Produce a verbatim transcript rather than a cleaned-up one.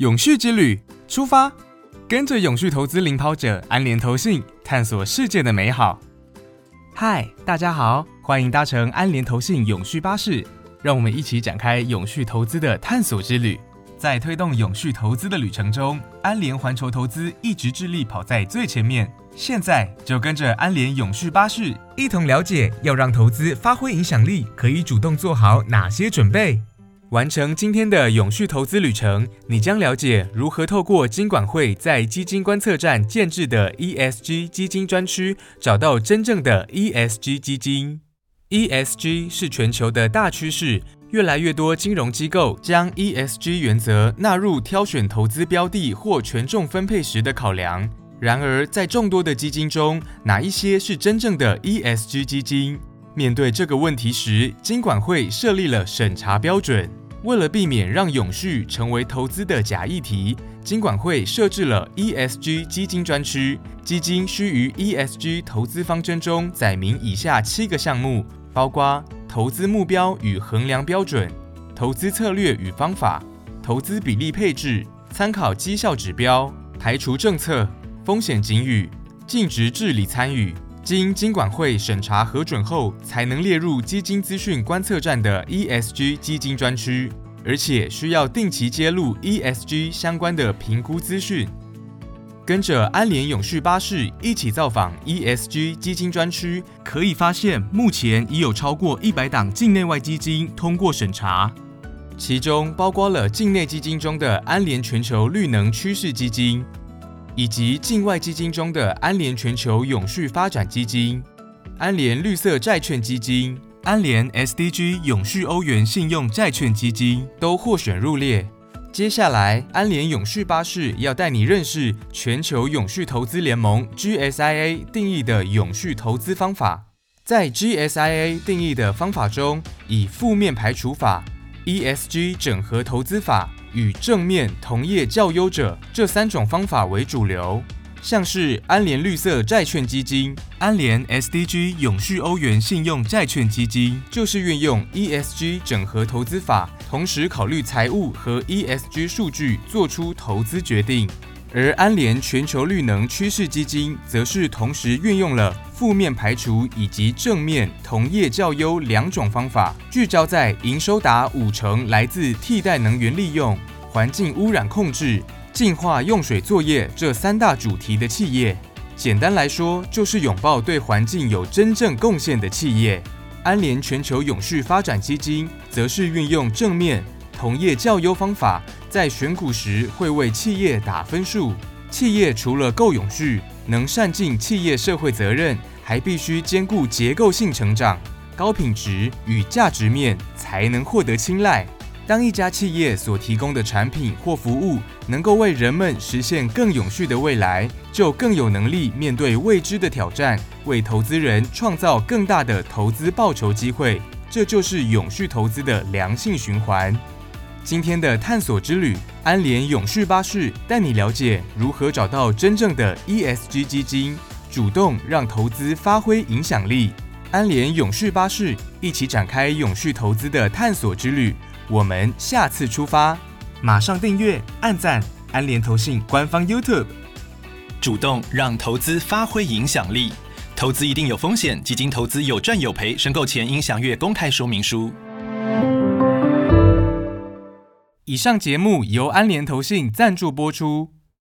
永续之旅出发，跟着永续投资领跑者安联投信，探索世界的美好。嗨，大家好，欢迎搭乘安联投信永续巴士，让我们一起展开永续投资的探索之旅。在推动永续投资的旅程中，安联环球投资一直致力跑在最前面。现在就跟着安联永续巴士，一同了解要让投资发挥影响力，可以主动做好哪些准备。完成今天的永续投资旅程，你将了解如何透过金管会在基金观测站建制的 E S G 基金专区，找到真正的 E S G 基金。E S G 是全球的大趋势，越来越多金融机构将 E S G 原则纳入挑选投资标的或权重分配时的考量。然而，在众多的基金中，哪一些是真正的 E S G 基金？面对这个问题时，金管会设立了审查标准。为了避免让永续成为投资的假议题，金管会设置了 E S G 基金专区。基金需于 E S G 投资方针中载明以下七个项目，包括投资目标与衡量标准、投资策略与方法、投资比例配置、参考绩效指标、排除政策、风险警语、尽职治理参与。经金管会审查核准后，才能列入基金资讯观测站的 E S G 基金专区，而且需要定期揭露 E S G 相关的评估资讯。跟着安联永续巴士一起造访 E S G 基金专区，可以发现目前已有超过一百档境内外基金通过审查，其中包括了境内基金中的安联全球绿能趋势基金，以及境外基金中的安联全球永续发展基金、安联绿色债券基金、安联 S D G 永续欧元信用债券基金都获选入列。接下来，安联永续巴士要带你认识全球永续投资联盟 G S I A 定义的永续投资方法。在 G S I A 定义的方法中，以负面排除法、E S G 整合投资法与正面同业较优者这三种方法为主流，像是安联绿色债券基金、安联 S D G 永续欧元信用债券基金，就是运用 E S G 整合投资法，同时考虑财务和 E S G 数据做出投资决定。而安联全球绿能趋势基金则是同时运用了负面排除以及正面同业较优两种方法，聚焦在营收达五成来自替代能源利用、环境污染控制、净化用水作业这三大主题的企业。简单来说，就是拥抱对环境有真正贡献的企业。安联全球永续发展基金则是运用正面同业较优方法，在选股时会为企业打分数。企业除了够永续，能善尽企业社会责任，还必须兼顾结构性成长、高品质与价值面，才能获得青睐。当一家企业所提供的产品或服务能够为人们实现更永续的未来，就更有能力面对未知的挑战，为投资人创造更大的投资报酬机会。这就是永续投资的良性循环。今天的探索之旅，安联永续巴士带你了解如何找到真正的 E S G 基金，主动让投资发挥影响力。安联永续巴士一起展开永续投资的探索之旅，我们下次出发。马上订阅、按赞安联投信官方 YouTube， 主动让投资发挥影响力。投资一定有风险，基金投资有赚有赔，申购前应详阅公开说明书。 以上节目由安联投信赞助播出。